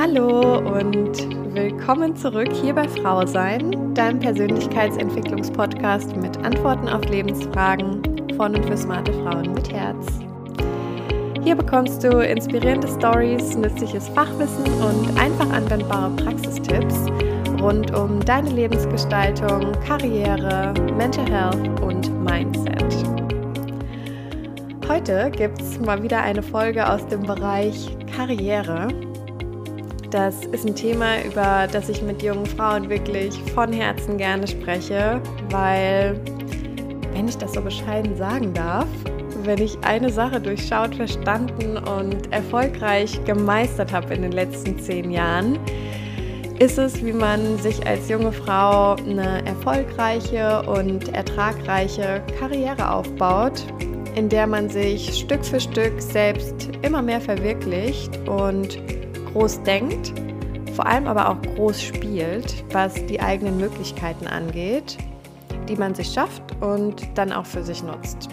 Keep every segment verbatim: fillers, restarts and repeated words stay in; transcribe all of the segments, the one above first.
Hallo und willkommen zurück hier bei Frau Sein, deinem Persönlichkeitsentwicklungspodcast mit Antworten auf Lebensfragen von und für smarte Frauen mit Herz. Hier bekommst du inspirierende Stories, nützliches Fachwissen und einfach anwendbare Praxistipps rund um deine Lebensgestaltung, Karriere, Mental Health und Mindset. Heute gibt es mal wieder eine Folge aus dem Bereich Karriere. Das ist ein Thema, über das ich mit jungen Frauen wirklich von Herzen gerne spreche, weil, wenn ich das so bescheiden sagen darf, wenn ich eine Sache durchschaut, verstanden und erfolgreich gemeistert habe in den letzten zehn Jahren, ist es, wie man sich als junge Frau eine erfolgreiche und ertragreiche Karriere aufbaut, in der man sich Stück für Stück selbst immer mehr verwirklicht und groß denkt, vor allem aber auch groß spielt, was die eigenen Möglichkeiten angeht, die man sich schafft und dann auch für sich nutzt.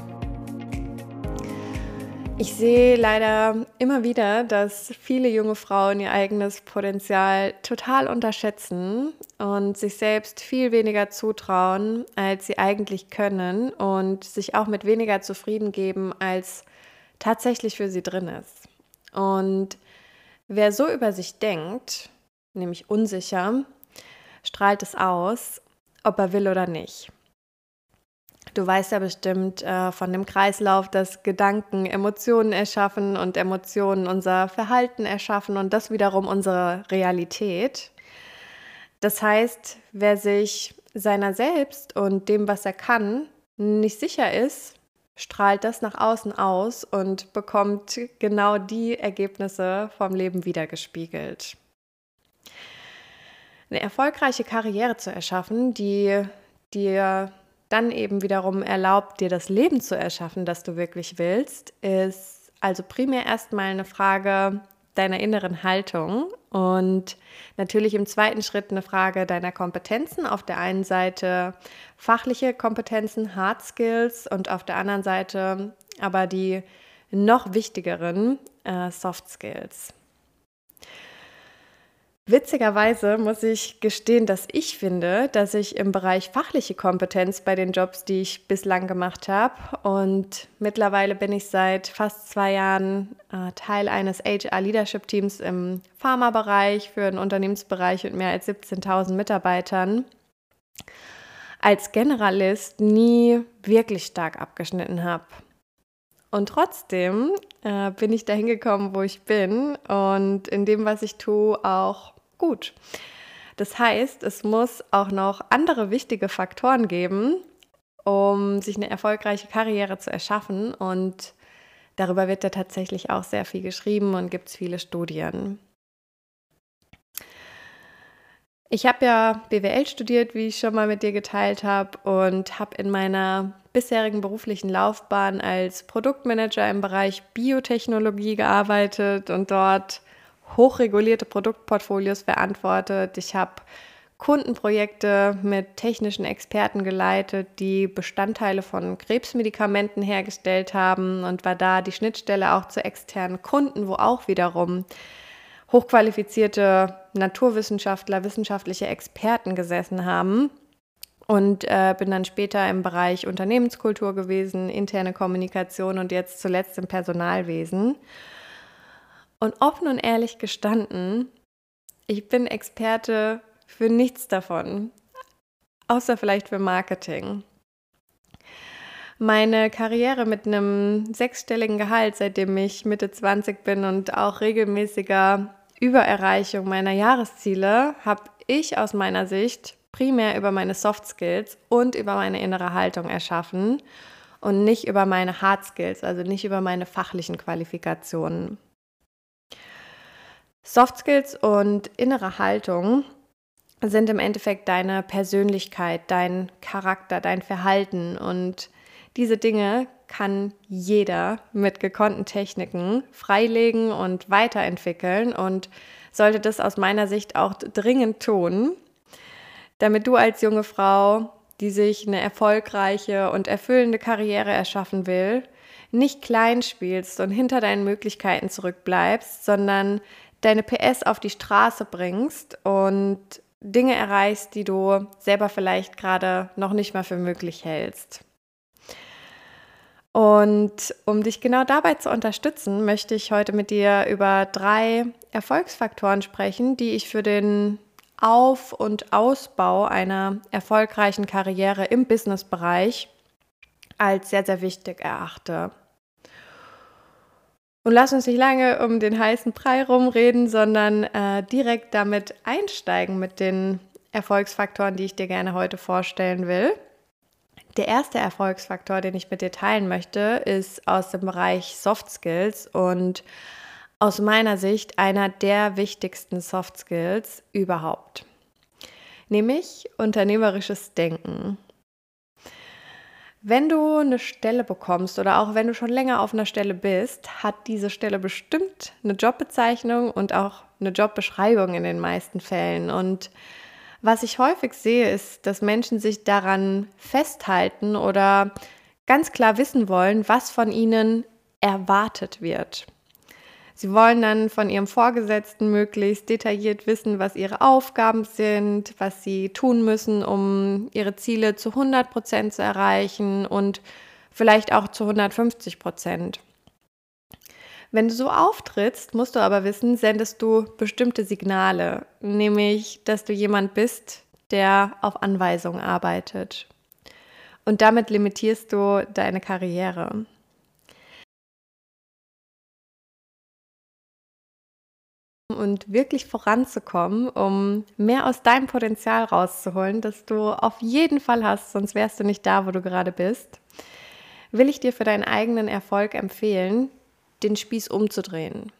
Ich sehe leider immer wieder, dass viele junge Frauen ihr eigenes Potenzial total unterschätzen und sich selbst viel weniger zutrauen, als sie eigentlich können und sich auch mit weniger zufrieden geben, als tatsächlich für sie drin ist. Und wer so über sich denkt, nämlich unsicher, strahlt es aus, ob er will oder nicht. Du weißt ja bestimmt äh, von dem Kreislauf, dass Gedanken Emotionen erschaffen und Emotionen unser Verhalten erschaffen und das wiederum unsere Realität. Das heißt, wer sich seiner selbst und dem, was er kann, nicht sicher ist, strahlt das nach außen aus und bekommt genau die Ergebnisse vom Leben wiedergespiegelt. Eine erfolgreiche Karriere zu erschaffen, die dir dann eben wiederum erlaubt, dir das Leben zu erschaffen, das du wirklich willst, ist also primär erstmal eine Frage deiner inneren Haltung und natürlich im zweiten Schritt eine Frage deiner Kompetenzen. Auf der einen Seite fachliche Kompetenzen, Hard Skills und auf der anderen Seite aber die noch wichtigeren äh, Soft Skills. Witzigerweise muss ich gestehen, dass ich finde, dass ich im Bereich fachliche Kompetenz bei den Jobs, die ich bislang gemacht habe, und mittlerweile bin ich seit fast zwei Jahren äh, Teil eines H R-Leadership-Teams im Pharmabereich für einen Unternehmensbereich mit mehr als siebzehntausend Mitarbeitern, als Generalist nie wirklich stark abgeschnitten habe. Und trotzdem äh, bin ich dahin gekommen, wo ich bin und in dem, was ich tue, auch gut. Das heißt, es muss auch noch andere wichtige Faktoren geben, um sich eine erfolgreiche Karriere zu erschaffen. Und darüber wird ja tatsächlich auch sehr viel geschrieben und gibt es viele Studien. Ich habe ja B W L studiert, wie ich schon mal mit dir geteilt habe, und habe in meiner bisherigen beruflichen Laufbahn als Produktmanager im Bereich Biotechnologie gearbeitet und dort hochregulierte Produktportfolios verantwortet. Ich habe Kundenprojekte mit technischen Experten geleitet, die Bestandteile von Krebsmedikamenten hergestellt haben und war da die Schnittstelle auch zu externen Kunden, wo auch wiederum hochqualifizierte Naturwissenschaftler, wissenschaftliche Experten gesessen haben. Und äh, bin dann später im Bereich Unternehmenskultur gewesen, interne Kommunikation und jetzt zuletzt im Personalwesen. Und offen und ehrlich gestanden, ich bin Experte für nichts davon, außer vielleicht für Marketing. Meine Karriere mit einem sechsstelligen Gehalt, seitdem ich Mitte zwanzig bin und auch regelmäßiger Übererreichung meiner Jahresziele, habe ich aus meiner Sicht primär über meine Soft Skills und über meine innere Haltung erschaffen und nicht über meine Hard Skills, also nicht über meine fachlichen Qualifikationen. Soft Skills und innere Haltung sind im Endeffekt deine Persönlichkeit, dein Charakter, dein Verhalten, und diese Dinge kann jeder mit gekonnten Techniken freilegen und weiterentwickeln und sollte das aus meiner Sicht auch dringend tun, damit du als junge Frau, die sich eine erfolgreiche und erfüllende Karriere erschaffen will, nicht klein spielst und hinter deinen Möglichkeiten zurückbleibst, sondern deine P S auf die Straße bringst und Dinge erreichst, die du selber vielleicht gerade noch nicht mal für möglich hältst. Und um dich genau dabei zu unterstützen, möchte ich heute mit dir über drei Erfolgsfaktoren sprechen, die ich für den Auf- und Ausbau einer erfolgreichen Karriere im Businessbereich als sehr, sehr wichtig erachte. Und lass uns nicht lange um den heißen Brei rumreden, sondern äh, direkt damit einsteigen mit den Erfolgsfaktoren, die ich dir gerne heute vorstellen will. Der erste Erfolgsfaktor, den ich mit dir teilen möchte, ist aus dem Bereich Soft Skills und aus meiner Sicht einer der wichtigsten Soft Skills überhaupt, nämlich unternehmerisches Denken. Wenn du eine Stelle bekommst oder auch wenn du schon länger auf einer Stelle bist, hat diese Stelle bestimmt eine Jobbezeichnung und auch eine Jobbeschreibung in den meisten Fällen. Und was ich häufig sehe, ist, dass Menschen sich daran festhalten oder ganz klar wissen wollen, was von ihnen erwartet wird. Sie wollen dann von ihrem Vorgesetzten möglichst detailliert wissen, was ihre Aufgaben sind, was sie tun müssen, um ihre Ziele zu hundert Prozent zu erreichen und vielleicht auch zu hundertfünfzig Prozent. Wenn du so auftrittst, musst du aber wissen, sendest du bestimmte Signale, nämlich, dass du jemand bist, der auf Anweisung arbeitet. Und damit limitierst du deine Karriere. Und wirklich voranzukommen, um mehr aus deinem Potenzial rauszuholen, das du auf jeden Fall hast, sonst wärst du nicht da, wo du gerade bist, will ich dir für deinen eigenen Erfolg empfehlen, den Spieß umzudrehen.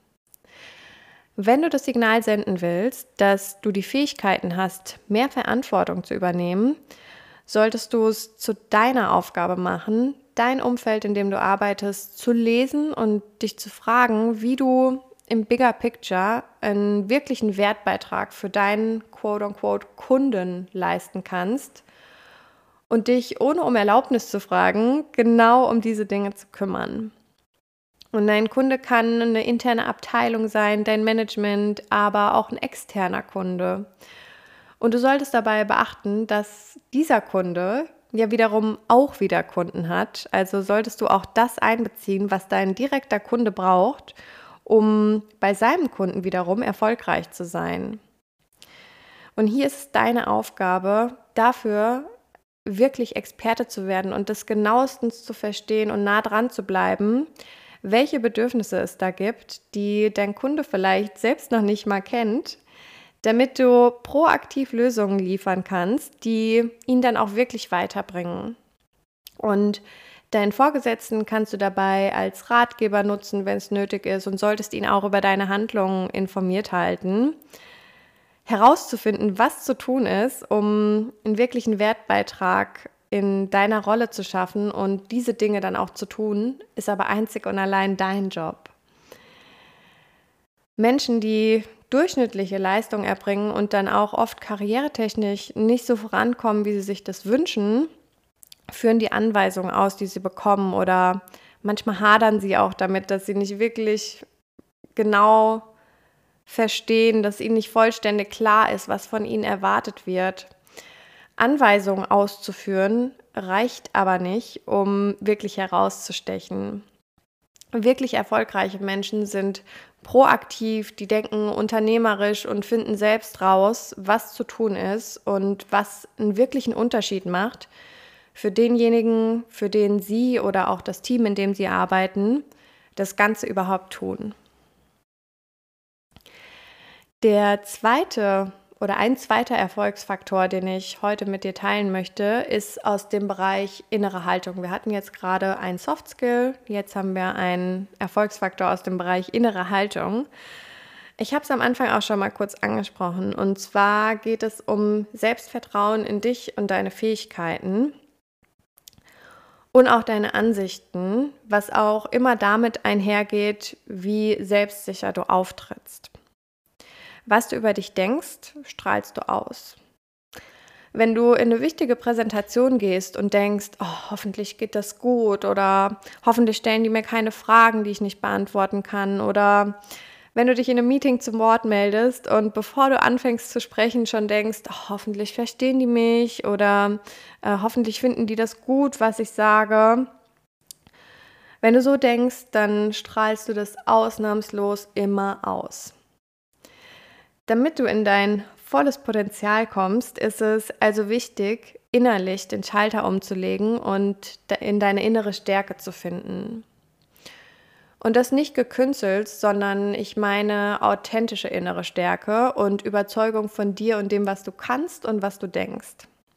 Wenn du das Signal senden willst, dass du die Fähigkeiten hast, mehr Verantwortung zu übernehmen, solltest du es zu deiner Aufgabe machen, dein Umfeld, in dem du arbeitest, zu lesen und dich zu fragen, wie du im Bigger Picture einen wirklichen Wertbeitrag für deinen quote-unquote Kunden leisten kannst und dich, ohne um Erlaubnis zu fragen, genau um diese Dinge zu kümmern. Und dein Kunde kann eine interne Abteilung sein, dein Management, aber auch ein externer Kunde. Und du solltest dabei beachten, dass dieser Kunde ja wiederum auch wieder Kunden hat. Also solltest du auch das einbeziehen, was dein direkter Kunde braucht, um bei seinem Kunden wiederum erfolgreich zu sein. Und hier ist es deine Aufgabe, dafür wirklich Experte zu werden und das genauestens zu verstehen und nah dran zu bleiben, welche Bedürfnisse es da gibt, die dein Kunde vielleicht selbst noch nicht mal kennt, damit du proaktiv Lösungen liefern kannst, die ihn dann auch wirklich weiterbringen. Und deinen Vorgesetzten kannst du dabei als Ratgeber nutzen, wenn es nötig ist, und solltest ihn auch über deine Handlungen informiert halten. Herauszufinden, was zu tun ist, um einen wirklichen Wertbeitrag in deiner Rolle zu schaffen und diese Dinge dann auch zu tun, ist aber einzig und allein dein Job. Menschen, die durchschnittliche Leistung erbringen und dann auch oft karrieretechnisch nicht so vorankommen, wie sie sich das wünschen, führen die Anweisungen aus, die sie bekommen, oder manchmal hadern sie auch damit, dass sie nicht wirklich genau verstehen, dass ihnen nicht vollständig klar ist, was von ihnen erwartet wird. Anweisungen auszuführen reicht aber nicht, um wirklich herauszustechen. Wirklich erfolgreiche Menschen sind proaktiv, die denken unternehmerisch und finden selbst raus, was zu tun ist und was einen wirklichen Unterschied macht für denjenigen, für den sie oder auch das Team, in dem sie arbeiten, das Ganze überhaupt tun. Der zweite oder ein zweiter Erfolgsfaktor, den ich heute mit dir teilen möchte, ist aus dem Bereich innere Haltung. Wir hatten jetzt gerade ein Soft Skill, jetzt haben wir einen Erfolgsfaktor aus dem Bereich innere Haltung. Ich habe es am Anfang auch schon mal kurz angesprochen, und zwar geht es um Selbstvertrauen in dich und deine Fähigkeiten und auch deine Ansichten, was auch immer damit einhergeht, wie selbstsicher du auftrittst. Was du über dich denkst, strahlst du aus. Wenn du in eine wichtige Präsentation gehst und denkst, oh, hoffentlich geht das gut, oder hoffentlich stellen die mir keine Fragen, die ich nicht beantworten kann, oder Wenn du dich in einem Meeting zum Wort meldest und bevor du anfängst zu sprechen, schon denkst: „Oh, hoffentlich verstehen die mich“ oder äh, „hoffentlich finden die das gut, was ich sage.“ Wenn du so denkst, dann strahlst du das ausnahmslos immer aus. Damit du in dein volles Potenzial kommst, ist es also wichtig, innerlich den Schalter umzulegen und in deine innere Stärke zu finden. Und das nicht gekünstelt, sondern ich meine authentische innere Stärke und Überzeugung von dir und dem, was du kannst und was du denkst.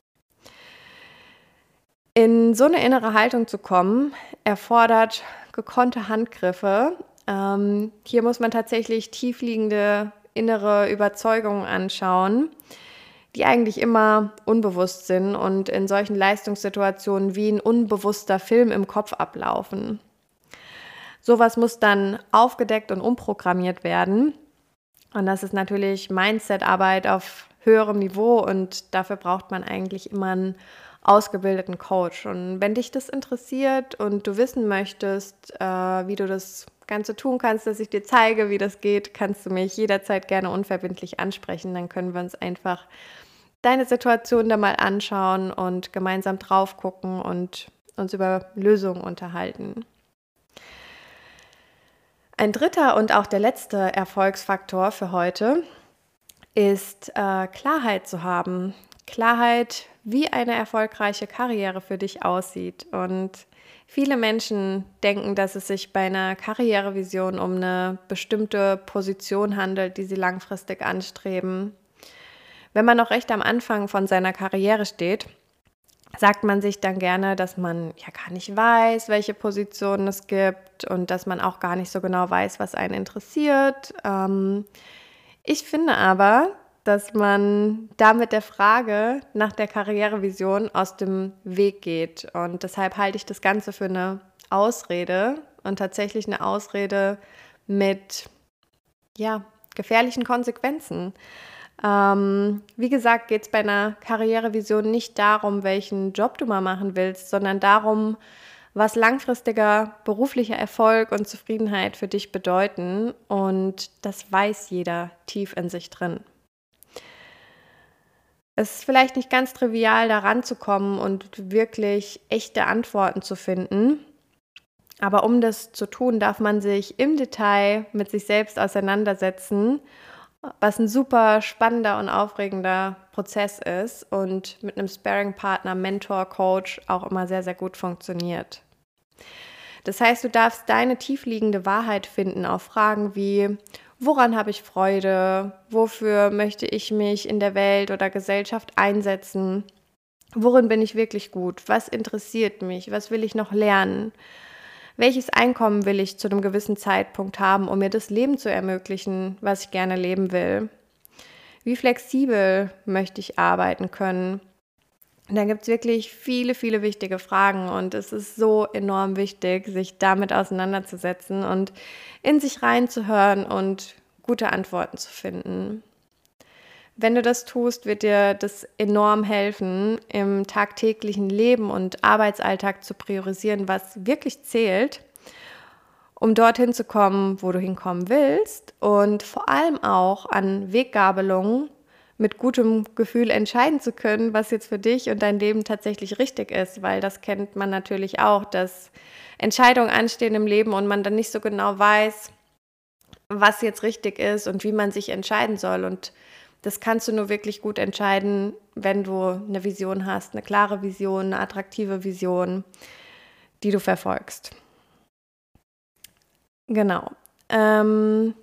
In so eine innere Haltung zu kommen, erfordert gekonnte Handgriffe. Ähm, hier muss man tatsächlich tiefliegende innere Überzeugungen anschauen, die eigentlich immer unbewusst sind und in solchen Leistungssituationen wie ein unbewusster Film im Kopf ablaufen. Sowas muss dann aufgedeckt und umprogrammiert werden. Und das ist natürlich Mindset-Arbeit auf höherem Niveau und dafür braucht man eigentlich immer einen ausgebildeten Coach. Und wenn dich das interessiert und du wissen möchtest, äh, wie du das Ganze tun kannst, dass ich dir zeige, wie das geht, kannst du mich jederzeit gerne unverbindlich ansprechen. Dann können wir uns einfach deine Situation da mal anschauen und gemeinsam drauf gucken und uns über Lösungen unterhalten. Ein dritter und auch der letzte Erfolgsfaktor für heute ist äh, Klarheit zu haben. Klarheit, wie eine erfolgreiche Karriere für dich aussieht. Und viele Menschen denken, dass es sich bei einer Karrierevision um eine bestimmte Position handelt, die sie langfristig anstreben. Wenn man noch recht am Anfang von seiner Karriere steht, sagt man sich dann gerne, dass man ja gar nicht weiß, welche Positionen es gibt und dass man auch gar nicht so genau weiß, was einen interessiert. Ähm, ich finde aber, dass man da mit der Frage nach der Karrierevision aus dem Weg geht. Und deshalb halte ich das Ganze für eine Ausrede und tatsächlich eine Ausrede mit ja, gefährlichen Konsequenzen. Ähm, wie gesagt, geht es bei einer Karrierevision nicht darum, welchen Job du mal machen willst, sondern darum, was langfristiger beruflicher Erfolg und Zufriedenheit für dich bedeuten. Und das weiß jeder tief in sich drin. Es ist vielleicht nicht ganz trivial, da ranzukommen und wirklich echte Antworten zu finden. Aber um das zu tun, darf man sich im Detail mit sich selbst auseinandersetzen, was ein super spannender und aufregender Prozess ist und mit einem Sparring-Partner, Mentor, Coach auch immer sehr, sehr gut funktioniert. Das heißt, du darfst deine tiefliegende Wahrheit finden auf Fragen wie: Woran habe ich Freude? Wofür möchte ich mich in der Welt oder Gesellschaft einsetzen? Worin bin ich wirklich gut? Was interessiert mich? Was will ich noch lernen? Welches Einkommen will ich zu einem gewissen Zeitpunkt haben, um mir das Leben zu ermöglichen, was ich gerne leben will? Wie flexibel möchte ich arbeiten können? Und da gibt es wirklich viele, viele wichtige Fragen und es ist so enorm wichtig, sich damit auseinanderzusetzen und in sich reinzuhören und gute Antworten zu finden. Wenn du das tust, wird dir das enorm helfen, im tagtäglichen Leben und Arbeitsalltag zu priorisieren, was wirklich zählt, um dorthin zu kommen, wo du hinkommen willst und vor allem auch an Weggabelungen mit gutem Gefühl entscheiden zu können, was jetzt für dich und dein Leben tatsächlich richtig ist, weil das kennt man natürlich auch, dass Entscheidungen anstehen im Leben und man dann nicht so genau weiß, was jetzt richtig ist und wie man sich entscheiden soll. Und das kannst du nur wirklich gut entscheiden, wenn du eine Vision hast, eine klare Vision, eine attraktive Vision, die du verfolgst. Genau. Ähm,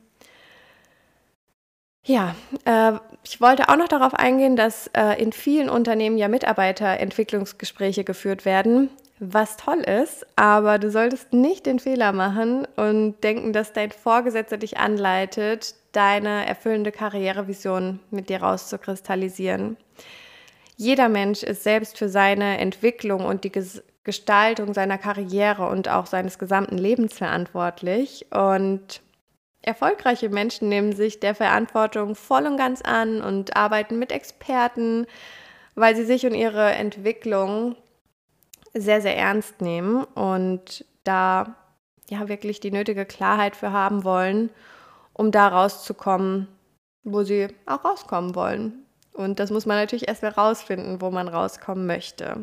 ja, äh, ich wollte auch noch darauf eingehen, dass äh, in vielen Unternehmen ja Mitarbeiterentwicklungsgespräche geführt werden, was toll ist, aber du solltest nicht den Fehler machen und denken, dass dein Vorgesetzter dich anleitet, deine erfüllende Karrierevision mit dir rauszukristallisieren. Jeder Mensch ist selbst für seine Entwicklung und die Ges- Gestaltung seiner Karriere und auch seines gesamten Lebens verantwortlich. Und erfolgreiche Menschen nehmen sich der Verantwortung voll und ganz an und arbeiten mit Experten, weil sie sich und ihre Entwicklung sehr, sehr ernst nehmen und da ja wirklich die nötige Klarheit für haben wollen, um da rauszukommen, wo sie auch rauskommen wollen. Und das muss man natürlich erst mal rausfinden, wo man rauskommen möchte.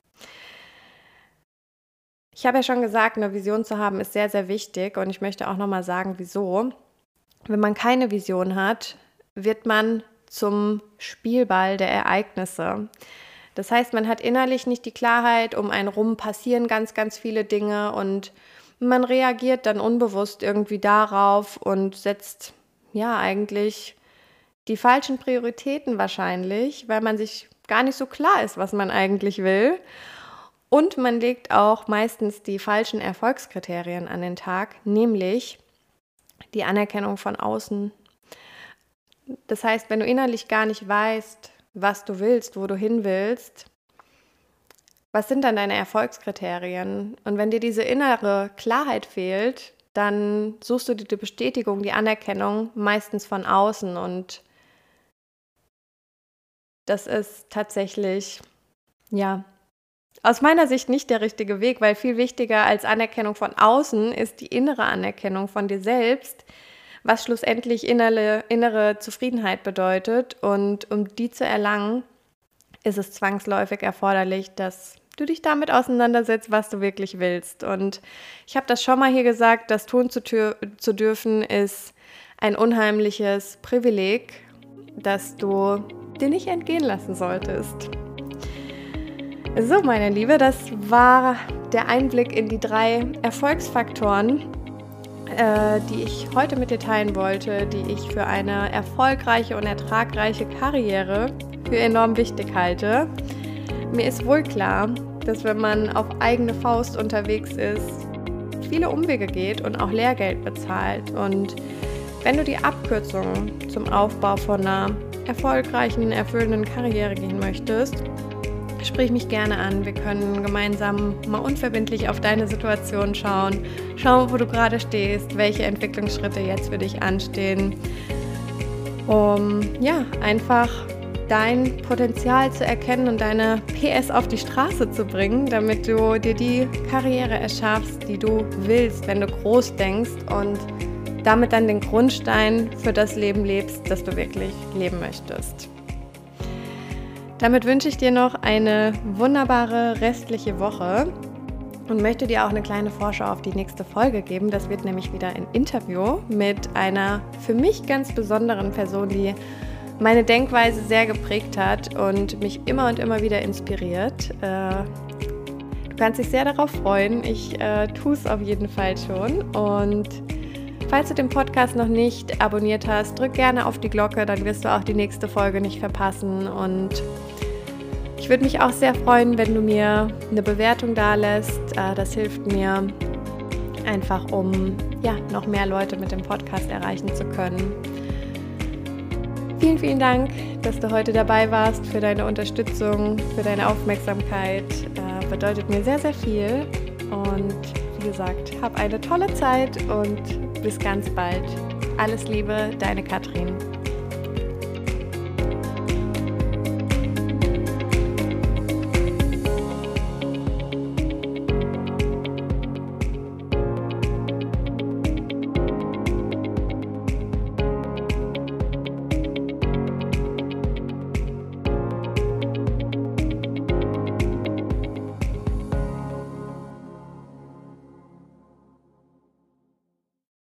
Ich habe ja schon gesagt, eine Vision zu haben ist sehr, sehr wichtig und ich möchte auch nochmal sagen, wieso. Wenn man keine Vision hat, wird man zum Spielball der Ereignisse. Das heißt, man hat innerlich nicht die Klarheit, um einen rum passieren ganz, ganz viele Dinge und man reagiert dann unbewusst irgendwie darauf und setzt ja eigentlich die falschen Prioritäten wahrscheinlich, weil man sich gar nicht so klar ist, was man eigentlich will. Und man legt auch meistens die falschen Erfolgskriterien an den Tag, nämlich die Anerkennung von außen. Das heißt, wenn du innerlich gar nicht weißt, was du willst, wo du hin willst, was sind dann deine Erfolgskriterien? Und wenn dir diese innere Klarheit fehlt, dann suchst du dir die Bestätigung, die Anerkennung meistens von außen. Und das ist tatsächlich, ja, aus meiner Sicht nicht der richtige Weg, weil viel wichtiger als Anerkennung von außen ist die innere Anerkennung von dir selbst, was schlussendlich innere, innere Zufriedenheit bedeutet. Und um die zu erlangen, ist es zwangsläufig erforderlich, dass du dich damit auseinandersetzt, was du wirklich willst. Und ich habe das schon mal hier gesagt, das tun zu, tür- zu dürfen, ist ein unheimliches Privileg, das du dir nicht entgehen lassen solltest. So, meine Liebe, das war der Einblick in die drei Erfolgsfaktoren, äh, die ich heute mit dir teilen wollte, die ich für eine erfolgreiche und ertragreiche Karriere für enorm wichtig halte. Mir ist wohl klar, dass wenn man auf eigene Faust unterwegs ist, viele Umwege geht und auch Lehrgeld bezahlt. Und wenn du die Abkürzung zum Aufbau von einer erfolgreichen, erfüllenden Karriere gehen möchtest, sprich mich gerne an. Wir können gemeinsam mal unverbindlich auf deine Situation schauen, schauen, wo du gerade stehst, welche Entwicklungsschritte jetzt für dich anstehen, um ja, einfach dein Potenzial zu erkennen und deine P S auf die Straße zu bringen, damit du dir die Karriere erschaffst, die du willst, wenn du groß denkst und damit dann den Grundstein für das Leben lebst, das du wirklich leben möchtest. Damit wünsche ich dir noch eine wunderbare restliche Woche und möchte dir auch eine kleine Vorschau auf die nächste Folge geben. Das wird nämlich wieder ein Interview mit einer für mich ganz besonderen Person, die meine Denkweise sehr geprägt hat und mich immer und immer wieder inspiriert. Du kannst dich sehr darauf freuen. Ich äh, tue es auf jeden Fall schon. Und falls du den Podcast noch nicht abonniert hast, drück gerne auf die Glocke, dann wirst du auch die nächste Folge nicht verpassen. Und ich würde mich auch sehr freuen, wenn du mir eine Bewertung dalässt. Das hilft mir einfach, um ja, noch mehr Leute mit dem Podcast erreichen zu können. Vielen, vielen Dank, dass du heute dabei warst, für deine Unterstützung, für deine Aufmerksamkeit. Äh, bedeutet mir sehr, sehr viel. Und wie gesagt, hab eine tolle Zeit und bis ganz bald. Alles Liebe, deine Katrin.